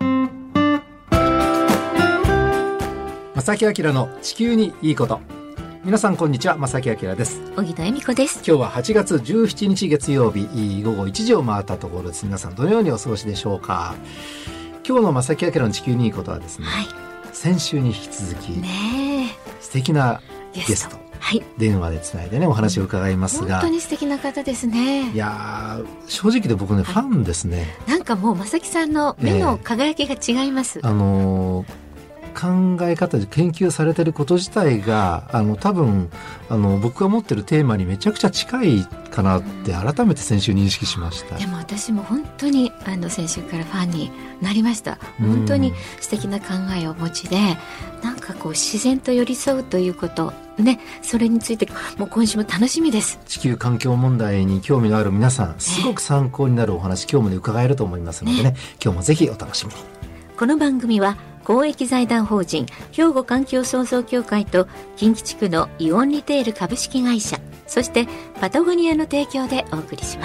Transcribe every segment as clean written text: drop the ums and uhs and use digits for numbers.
正木明の地球にいいこと。皆さんこんにちは、正木明です。 小木田恵美子です。 今日は8月17日月曜日午後1時を回ったところです。皆さんどのようにお過ごしでしょうか。今日の正木明の地球にいいことはですね、先週に引き続き、素敵なゲスト、電話でつないでねお話を伺いますが、 本当に素敵な方ですね。 いや正直で僕ね、ファンですね。 なんかもう正木さんの目の輝きが違います。 考え方で研究されていること自体が多分僕が持ってるテーマにめちゃくちゃ近いかなって改めて先週認識しました。 でも私も本当に先週からファンになりました。本当に素敵な考えをお持ちで、なんかこう自然と寄り添うということね、それについてもう今週も楽しみです。 地球環境問題に興味のある皆さん、すごく参考になるお話、今日もね伺えると思いますのでね、今日もぜひお楽しみに。 この番組は公益財団法人兵庫環境創造協会と近畿地区のイオンリテール株式会社、そしてパタゴニアの提供でお送りします。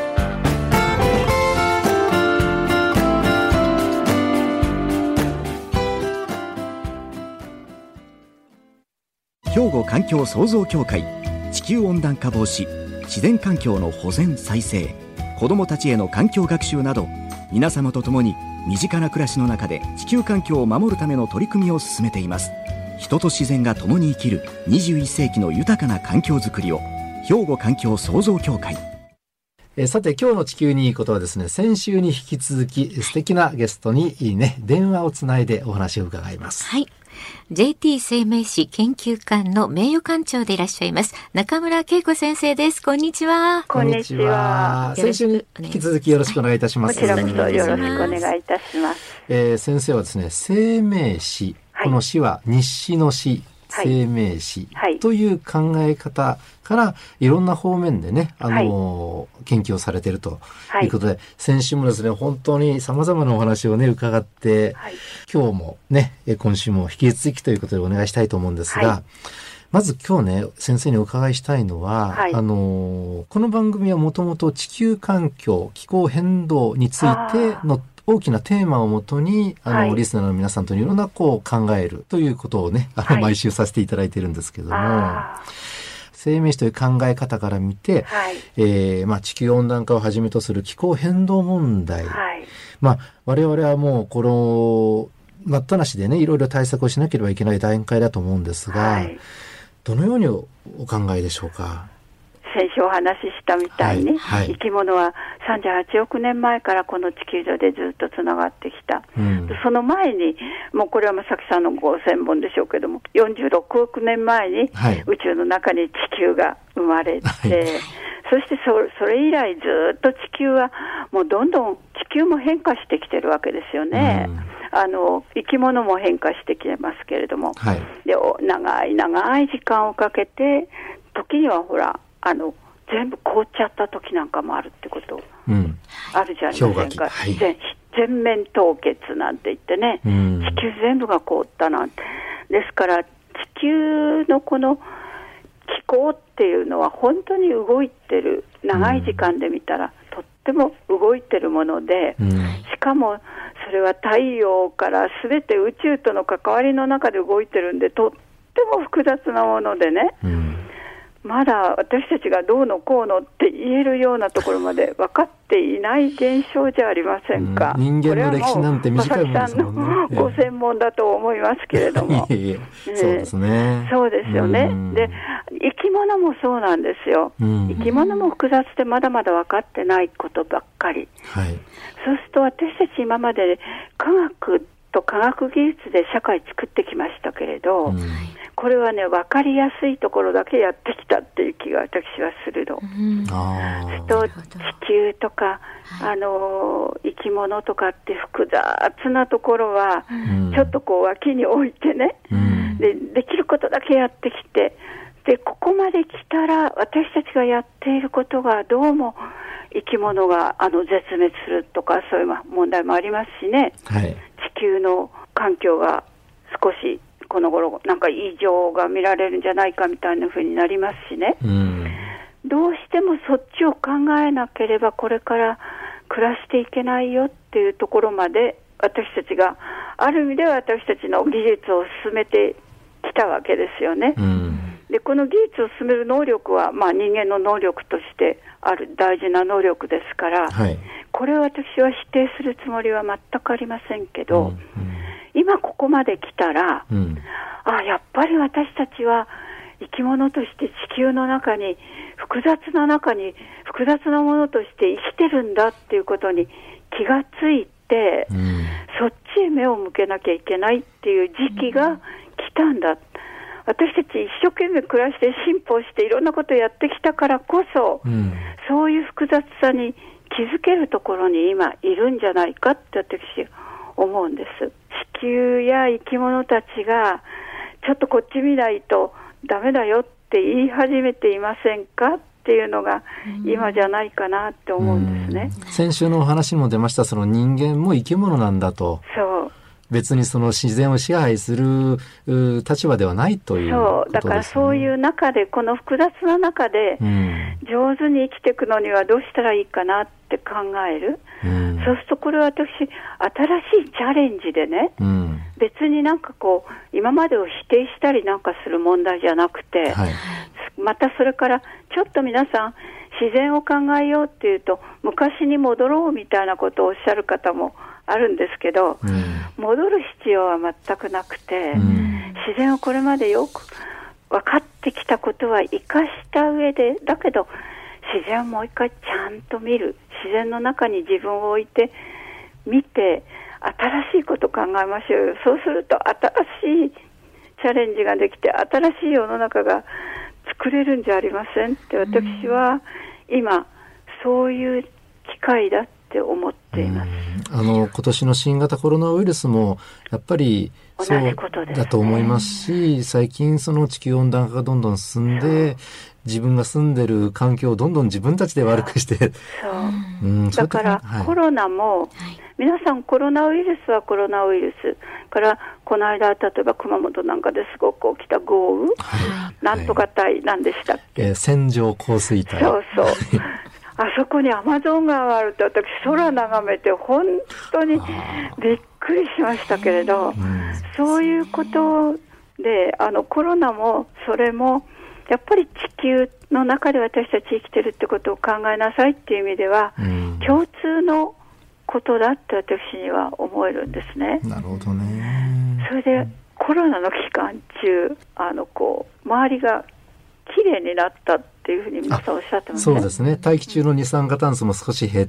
兵庫環境創造協会、地球温暖化防止、自然環境の保全再生、子どもたちへの環境学習など、皆様と共に身近な暮らしの中で地球環境を守るための取り組みを進めています。人と自然が共に生きる21世紀の豊かな環境づくりを、兵庫環境創造協会。 さて今日の地球にいいことはですね、先週に引き続き素敵なゲストに電話をつないでお話を伺います。 JT 生命史研究館の名誉館長でいらっしゃいます中村恵子先生です。こんにちは。 こんにちは。 先週に引き続きよろしくお願いいたします。 もちろんよろしくお願いいたします。 先生はですね、生命史、この史は日誌の史、生命史という考え方からいろんな方面でね、研究をされているということで、先週もですね、本当に様々なお話をね伺って、今日もね、今週も引き続きということでお願いしたいと思うんですが、まず今日ね、先生にお伺いしたいのは、この番組はもともと地球環境、気候変動についての大きなテーマをもとにリスナーの皆さんといろんな考えるということをね、毎週させていただいているんですけども、生命史という考え方から見て、地球温暖化をはじめとする気候変動問題、我々はもうこの待ったなしでね、いろいろ対策をしなければいけない段階だと思うんですが、どのようにお考えでしょうか。 先週お話ししたみたいに、生き物は38億年前からこの地球上でずっとつながってきた、その前にもうこれは正木さんのご専門でしょうけども、46億年前に宇宙の中に地球が生まれて、そしてそれ以来ずっと地球はもうどんどん地球も変化してきてるわけですよね。生き物も変化してきてますけれども、で長い時間をかけて、時にはほら全部凍っちゃった時なんかもあるってことあるじゃありませんか。全面凍結なんて言ってね、地球全部が凍ったなんて。ですから地球のこの気候っていうのは本当に動いてる、長い時間で見たらとっても動いてるもので、しかもそれは太陽から全て宇宙との関わりの中で動いてるんで、とっても複雑なものでね、まだ私たちがどうのこうのって言えるようなところまで分かっていない現象じゃありませんか。 人間の歴史なんて短いものですもんね。 正木さんのご専門だと思いますけれども。 そうですね。 そうですよね。で、生き物もそうなんですよ。生き物も複雑でまだまだ分かってないことばっかり。そうすると私たち今まで科学と科学技術で社会作ってきましたけれど、これはね、分かりやすいところだけやってきたっていう気が私はするの。と地球とか、生き物とかって複雑なところは、ちょっとこう脇に置いてね、できることだけやってきて、でここまで来たら私たちがやっていることがどうも生き物が絶滅するとか、そういう問題もありますしね、地球の環境が少しこの頃なんか異常が見られるんじゃないかみたいな風になりますしね、どうしてもそっちを考えなければこれから暮らしていけないよっていうところまで私たちがある意味では私たちの技術を進めてきたわけですよね、でこの技術を進める能力は、人間の能力としてある大事な能力ですから、これを私は否定するつもりは全くありませんけど、今ここまで来たら、やっぱり私たちは生き物として地球の中に複雑なものとして生きてるんだっていうことに気がついて、そっちへ目を向けなきゃいけないっていう時期が来たんだ。私たち一生懸命暮らして進歩していろんなことをやってきたからこそ、そういう複雑さに気づけるところに今いるんじゃないかって私思うんです。地球や生き物たちがちょっとこっち見ないとダメだよって言い始めていませんかっていうのが今じゃないかなって思うんですね。 先週のお話にも出ました、その人間も生き物なんだと。 そう。 別にその自然を支配する立場ではないということですね。そう、だからそういう中で、この複雑な中で、上手に生きていくのにはどうしたらいいかなって考える。そうするとこれは私、新しいチャレンジでね、別になんか今までを否定したりなんかする問題じゃなくて、またそれからちょっと皆さん、自然を考えようっていうと、昔に戻ろうみたいなことをおっしゃる方もあるんですけど、戻る必要は全くなくて、自然をこれまでよく分かってきたことは生かした上で、だけど自然をもう一回ちゃんと見る、自然の中に自分を置いて見て、新しいこと考えましょうよ。そうすると新しいチャレンジができて、新しい世の中が作れるんじゃありませんって私は今そういう機会だって思っています。 今年の新型コロナウイルスもやっぱりそうだと思いますし、最近その地球温暖化がどんどん進んで、自分が住んでる環境をどんどん自分たちで悪くして、 だからコロナも、皆さんコロナウイルスはコロナウイルスからこの間例えば熊本なんかですごく起きた豪雨、なんとか帯なんでしたっけ、 線状降水帯。 そうあそこにアマゾン川があるって私空眺めて本当にびっくりしましたけれど、そういうことでコロナもそれもやっぱり地球の中で私たち生きてるってことを考えなさいっていう意味では、共通のことだって私には思えるんですね。 なるほどね。 それでコロナの期間中周りがきれいになったっていうふうに皆さんおっしゃってますね。 そうですね。大気中の二酸化炭素も少し減って、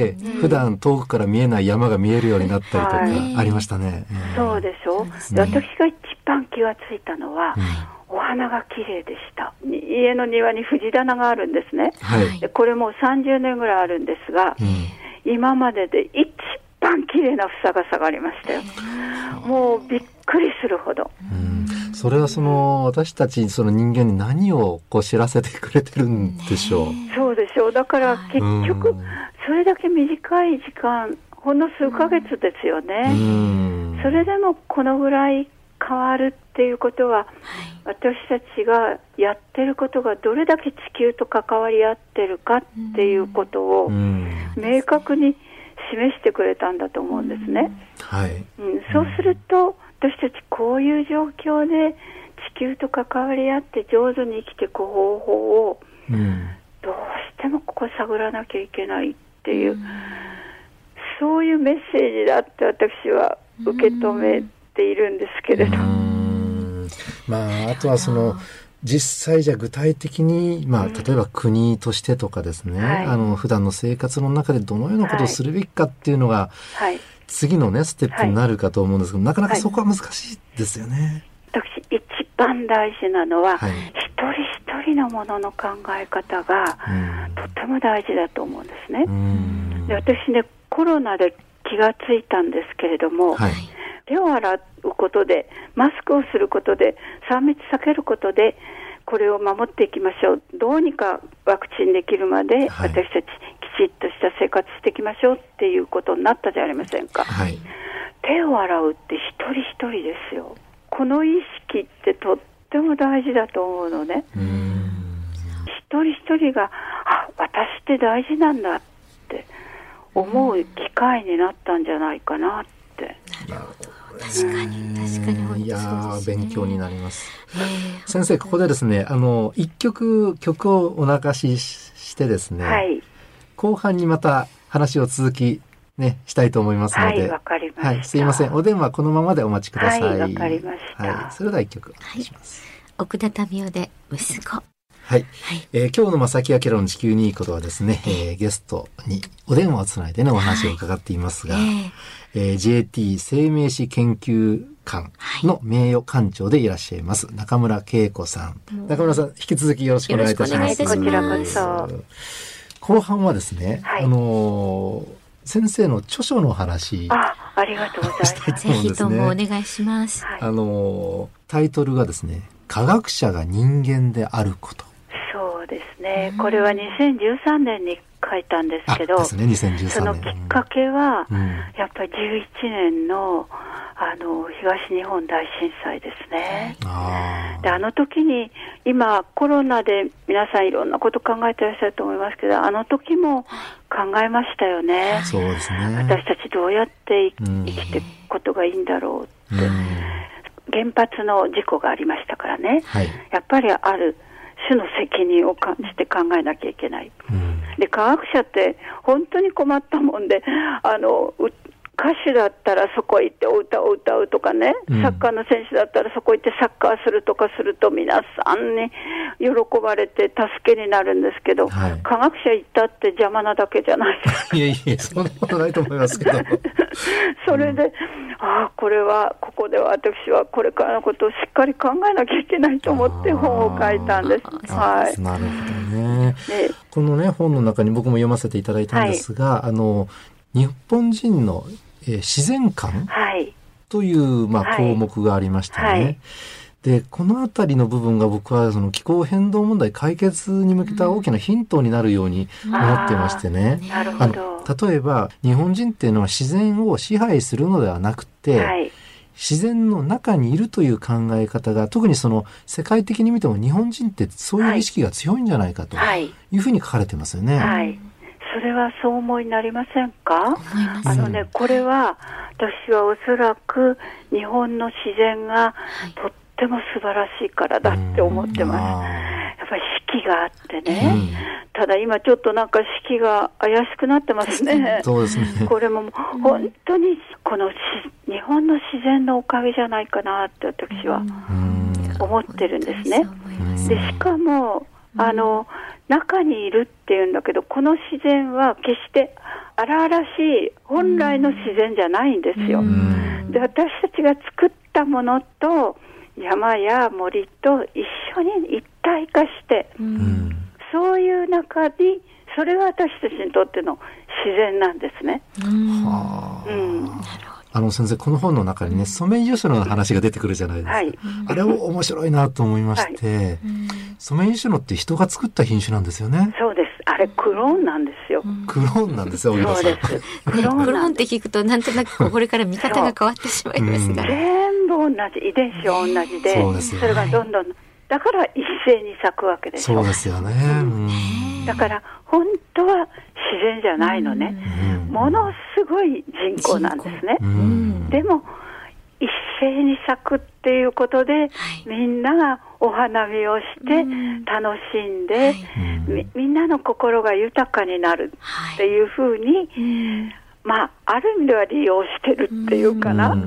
普段遠くから見えない山が見えるようになったりとかありましたね。 そうでしょ。で、私が一番気がついたのは、お花が綺麗でした。家の庭に藤棚があるんですね。でこれもう30年ぐらいあるんですが、今までで一番綺麗な房が下がりましたよ。もうびっくりするほど。 それは私たち人間に何を知らせてくれてるんでしょう。 そうでしょう。だから結局それだけ短い時間、ほんの数ヶ月ですよね。それでもこのぐらい変わるっていうことは、私たちがやってることがどれだけ地球と関わり合ってるかっていうことを明確に示してくれたんだと思うんですね。そうすると私たちこういう状況で地球と関わり合って上手に生きていく方法をどうしてもここ探らなきゃいけないっていう、そういうメッセージだって私は受け止めているんですけれど、 あとは実際じゃ具体的に、例えば国としてとかですね、普段の生活の中でどのようなことをするべきかっていうのが、次のねステップになるかと思うんですけど、なかなかそこは難しいですよね。 私一番大事なのは、一人一人のものの考え方がとても大事だと思うんですね。で、私ね、コロナで気がついたんですけれども、手を洗うことで、マスクをすることで、3密避けることでこれを守っていきましょう、どうにかワクチンできるまで私たちきちっとした生活していきましょうっていうことになったじゃありませんか。手を洗うって一人一人ですよ。この意識ってとっても大事だと思うのね。一人一人が私って大事なんだって思う機会になったんじゃないかなって確かに本当そうですね。 いや勉強になります。先生、ここでですね、一曲をお流ししてですね、はい、後半にまた話を続きねしたいと思いますので、 はい、わかりました。 はい、すいません、お電話このままでお待ちください。 はい、わかりました。 はい、それでは一曲お願いします。 奥田民生で息子。 はい、今日の正木明の地球にいいことはですね、ゲストにお電話をつないでねお話を伺っていますが、JT 生命史研究館の名誉館長でいらっしゃいます中村恵子さん。中村さん、引き続きよろしくお願いいたします。 こちらこそ。 後半はですね、はい、先生の著書の話、 ありがとうございます。 ぜひともお願いします。 タイトルがですね、科学者が人間であること。 そうですね、これは2013年に書いたんですけど、 ですね、2013年。 そのきっかけは、やっぱり11年の東日本大震災ですね。で、あの時に、今コロナで皆さんいろんなこと考えてらっしゃると思いますけど、あの時も考えましたよね。 そうですね。 私たちどうやって生きていくことがいいんだろうって。原発の事故がありましたからね、はい、やっぱりある種の責任を感じて考えなきゃいけない、で、科学者って本当に困ったもんで、歌手だったらそこ行ってお歌を歌うとかね、サッカーの選手だったらそこ行ってサッカーするとかすると皆さんに喜ばれて助けになるんですけど、はい、科学者行ったって邪魔なだけじゃないですか。 いやそんなことないと思いますけどそれで、これはここでは私はこれからのことをしっかり考えなきゃいけないと思って本を書いたんです。はい、 なるほどね。このね本の中に僕も読ませていただいたんですが、はい、日本人の自然観という、項目がありましてね、はい、でこのあたりの部分が僕はその気候変動問題解決に向けた大きなヒントになるように思ってましてね、例えば日本人っていうのは自然を支配するのではなくて、はい、自然の中にいるという考え方が特にその世界的に見ても日本人ってそういう意識が強いんじゃないかというふうに書かれてますよね。 はい、それはそう思いになりませんか？これは私はおそらく日本の自然がとっても素晴らしいからだって思ってます。やっぱり四季があってね、ただ今ちょっとなんか四季が怪しくなってますね。 そうですね。 これも本当にこの日本の自然のおかげじゃないかなって私は思ってるんですね。でしかも中にいるっていうんだけど、この自然は決して荒々しい本来の自然じゃないんですよ。で、私たちが作ったものと山や森と一緒に一体化して、そういう中にそれが私たちにとっての自然なんですね。 先生、この本の中にね、ソメイヨシノの話が出てくるじゃないですか。はい、あれを面白いなと思いまして、ソメイヨシノって人が作った品種なんですよね。 そうです。あれクローンなんですよ。 クローンなんですよ。 そうです。 クローンって聞くとなんとなくこれから見方が変わってしまいますが、 全部同じ、遺伝子は同じで、それがどんどん、だから一斉に咲くわけでしょ。 そうですよね。 だから本当は自然じゃないのね。ものすごい人工なんですね。でも一斉に咲くっていうことで、みんながお花見をして楽しんで、みんなの心が豊かになるっていうふうに、ある意味では利用してるっていうかな、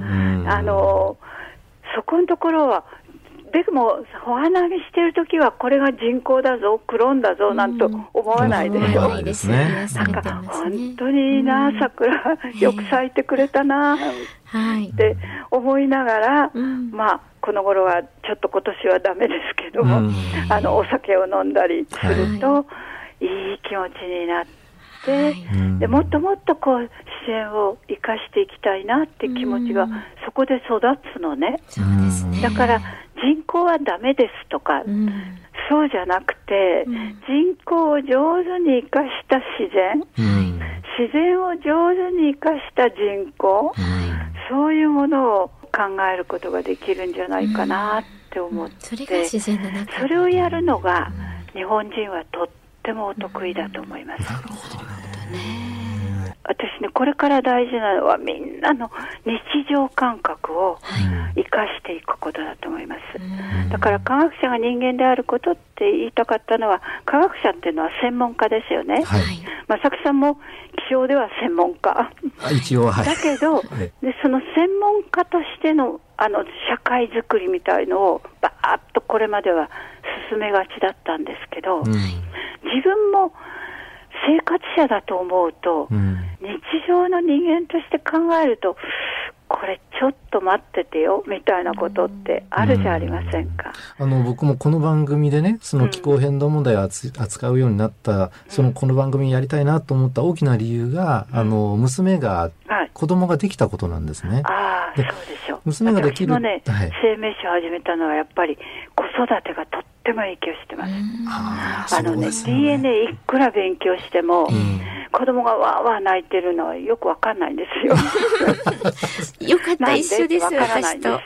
そこのところはでもお花見してるときはこれが人工だぞ、クローンだぞなんと思わないでしょ。 ないですね。 なんか本当にいいな、桜よく咲いてくれたなって思いながら、この頃はちょっと今年はダメですけども、お酒を飲んだりすると、いい気持ちになって、でもっともっとこう自然を生かしていきたいなって気持ちがそこで育つのね。だから人工はダメですとか、そうじゃなくて、人工を上手に生かした自然、自然を上手に生かした人工、そういうものを考えることができるんじゃないかなって思って、 それが自然の中、 それをやるのが日本人はとってもお得意だと思います。 なるほどね。 私ね、これから大事なのはみんなの日常感覚を生かしていくことだと思います。だから科学者が人間であることって言いたかったのは、科学者っていうのは専門家ですよね。 はい、 正木さんも気象では専門家。 一応、はい。 だけど、でその専門家としての社会づくりみたいのをバーッとこれまでは進めがちだったんですけど、自分も生活者だと思うと、日常の人間として考えると、これちょっと待っててよみたいなことってあるじゃありませんか。 僕もこの番組でね、その気候変動問題を扱うようになった、この番組やりたいなと思った大きな理由が、娘が、子供ができたことなんですね。 そうでしょう。 娘ができる。 私もね、生命史を始めたのはやっぱり子育てがとっても影響してます。 そうですね、 DNA いくら勉強しても、子供がわーわー泣いてるのはよくわかんないんですよ。 よかった、一緒です、私と。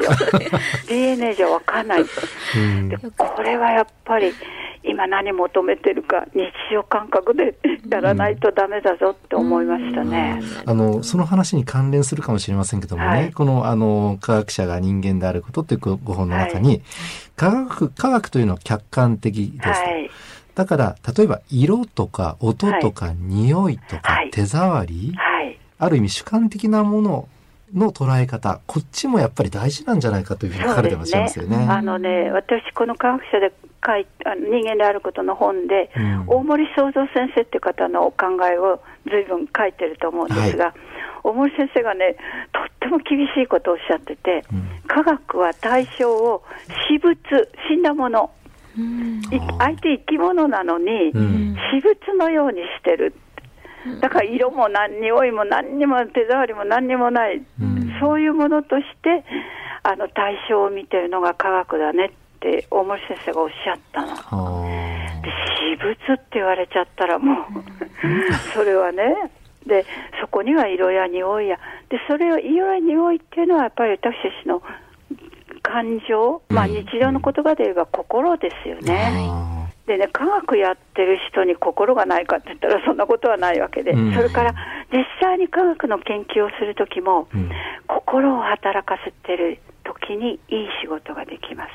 DNA じゃわかんない。でこれはやっぱり今何求めてるか日常感覚でやらないとダメだぞって思いましたね。 その話に関連するかもしれませんけどもね、この科学者が人間であることっていうご本の中に、科学というのは客観的です。だから例えば色とか音とか匂いとか手触り、ある意味主観的なものの捉え方、こっちもやっぱり大事なんじゃないかというふうに書かれてらっしゃいますよね。 私この科学者で人間であることの本で、大森創造先生っていう方のお考えを随分書いてると思うんですが、大森先生がね、とっても厳しいことをおっしゃってて、科学は対象を死物、死んだもの、相手生き物なのに、死物のようにしてる。だから色も匂いも何にも手触りも何にもない、そういうものとして対象を見てるのが科学だねって大森先生がおっしゃったの。で、死物って言われちゃったらもうそれはね、でそこには色や匂いやで、それを色や匂いっていうのはやっぱり私たちの感情、日常の言葉で言えば心ですよね。でね、科学やってる人に心がないかって言ったらそんなことはないわけで、それから実際に科学の研究をするときも、心を働かせてるときにいい仕事ができます。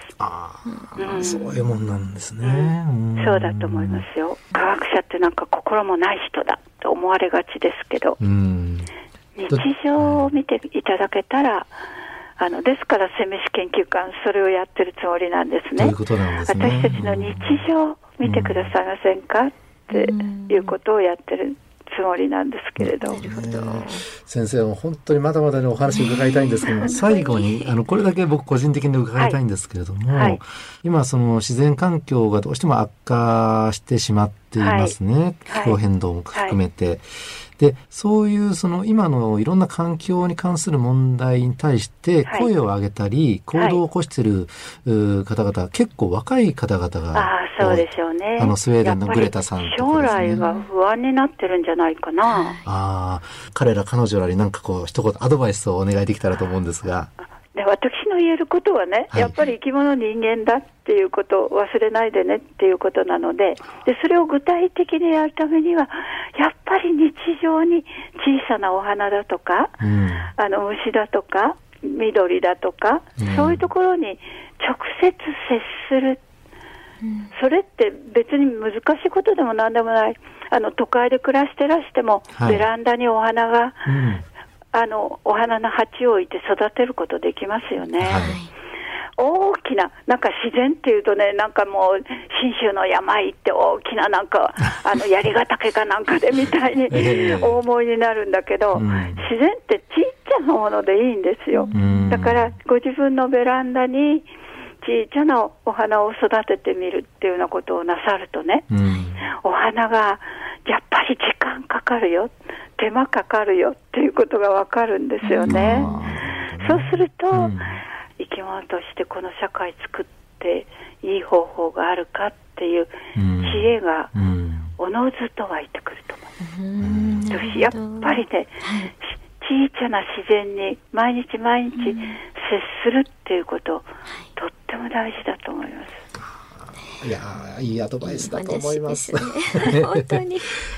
そういうもんなんですね。 そうだと思いますよ。科学者ってなんか心もない人だと思われがちですけど、日常を見ていただけたら、ですから生命史研究館それをやってるつもりなんですね。 ということなんですね。 私たちの日常を見てくださいませんか、っていうことをやってるつもりなんですけれど。 先生は本当にまだまだお話を伺いたいんですけども、最後にこれだけ僕個人的に伺いたいんですけれども、今その自然環境がどうしても悪化してしまっていますね。気候変動も含めて。で、そういう今のいろんな環境に関する問題に対して声を上げたり、行動を起こしている方々、結構若い方々が、 そうでしょうね。 スウェーデンのグレタさんとかですね。 将来が不安になってるんじゃないかな。 彼女らになんか一言アドバイスをお願いできたらと思うんですが。 で、私の言えることはね、やっぱり生き物人間だっていうことを忘れないでねっていうことなので、それを具体的にやるためにはやっぱり日常に小さなお花だとか、虫だとか緑だとか、そういうところに直接接する、それって別に難しいことでも何でもない。都会で暮らしてらしても、ベランダにお花が、お花の鉢を置いて育てることできますよね。大きな、なんか自然っていうとね、なんかもう信州の山行って大きななんか槍ヶ岳かなんかでみたいに大思いになるんだけど、自然ってちっちゃなものでいいんですよ。だからご自分のベランダにちっちゃなお花を育ててみるっていうようなことをなさるとね、お花がやっぱり時間かかるよ、手間かかるよっていうことがわかるんですよね。そうすると、生き物としてこの社会作っていい方法があるかっていう知恵がおのずと湧いてくると思う。私やっぱりね、小さな自然に毎日毎日接するっていうこと、とっても大事だと思います。 いや、いいアドバイスだと思います。 本当に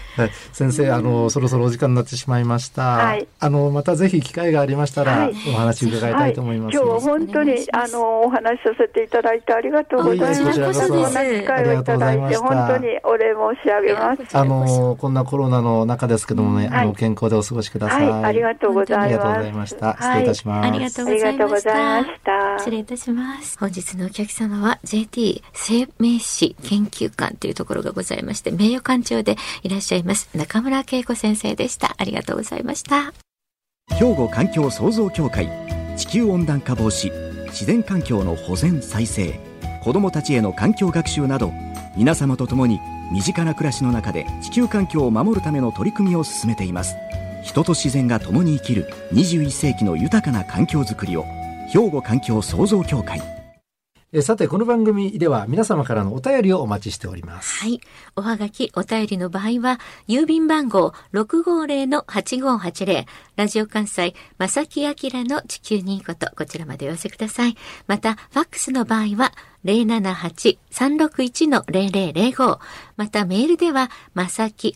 はい、先生、そろそろお時間になってしまいました。はい、またぜひ機会がありましたら、お話伺いたいと思います。 今日は本当にお話しさせていただいてありがとうございます。こちらこそこんな機会をいただいて本当にお礼申し上げます。 こんなコロナの中ですけどもね、健康でお過ごしください。 ありがとうございます。 ありがとうございました。失礼いたします。 ありがとうございました。失礼いたします。本日のお客様は JT 生命史研究館というところがございまして、名誉館長でいらっしゃいます中村恵子先生でした。ありがとうございました。 兵庫環境創造協会、地球温暖化防止、自然環境の保全再生、子どもたちへの環境学習など、皆様と共に身近な暮らしの中で地球環境を守るための取り組みを進めています。人と自然が共に生きる21世紀の豊かな環境づくりを、兵庫環境創造協会。 さて、この番組では皆様からのお便りをお待ちしております。 はい。おはがき、お便りの場合は、郵便番号 650-8580、ラジオ関西、正木明の地球にいいこと、こちらまでお寄せください。また、ファックスの場合は、078-361-0005。またメールでは、まさき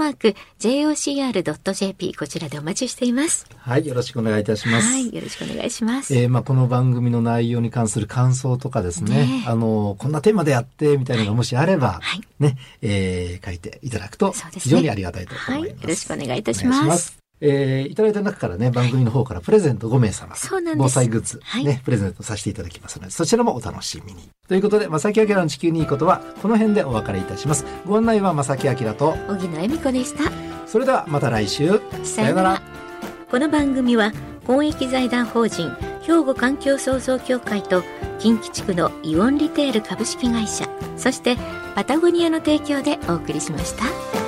@jocr.jp、こちらでお待ちしています。 はい、よろしくお願いいたします。 はい、よろしくお願いします。 この番組の内容に関する感想とかですね、こんなテーマでやってみたいなのがもしあれば、はい、ね、書いていただくと非常にありがたいと思います。はい、よろしくお願いいたします。 いただいた中からね、番組の方からプレゼント5名様、防災グッズ、 はい、 プレゼントさせていただきますので、そちらもお楽しみに。ということで、正木明の地球にいいことはこの辺でお別れいたします。ご案内は正木明と荻野恵美子でした。 それではまた来週、さよなら。 この番組は公益財団法人兵庫環境創造協会と近畿地区のイオンリテール株式会社、そしてパタゴニアの提供でお送りしました。